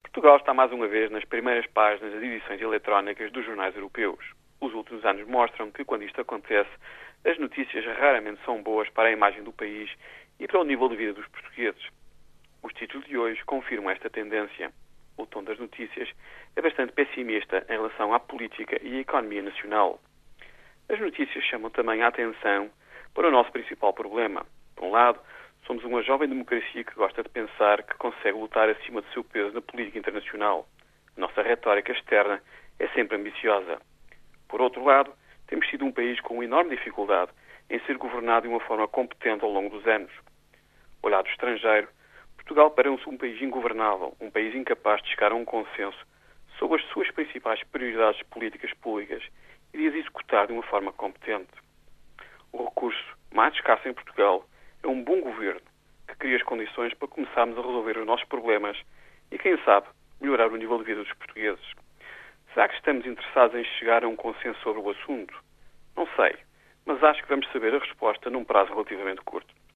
Portugal está mais uma vez nas primeiras páginas das edições eletrónicas dos jornais europeus. Os últimos anos mostram que, quando isto acontece, as notícias raramente são boas para a imagem do país e para o nível de vida dos portugueses. Os títulos de hoje confirmam esta tendência. O tom das notícias é bastante pessimista em relação à política e à economia nacional. As notícias chamam também a atenção para o nosso principal problema. Por um lado, somos uma jovem democracia que gosta de pensar que consegue lutar acima do seu peso na política internacional. A nossa retórica externa é sempre ambiciosa. Por outro lado, temos sido um país com uma enorme dificuldade em ser governado de uma forma competente ao longo dos anos. Olhado do estrangeiro, Portugal parece um país ingovernável, um país incapaz de chegar a um consenso sobre as suas principais prioridades políticas públicas e de as executar de uma forma competente. O recurso mais escasso em Portugal é um bom governo que cria as condições para começarmos a resolver os nossos problemas e, quem sabe, melhorar o nível de vida dos portugueses. Será que estamos interessados em chegar a um consenso sobre o assunto? Não sei, mas acho que vamos saber a resposta num prazo relativamente curto.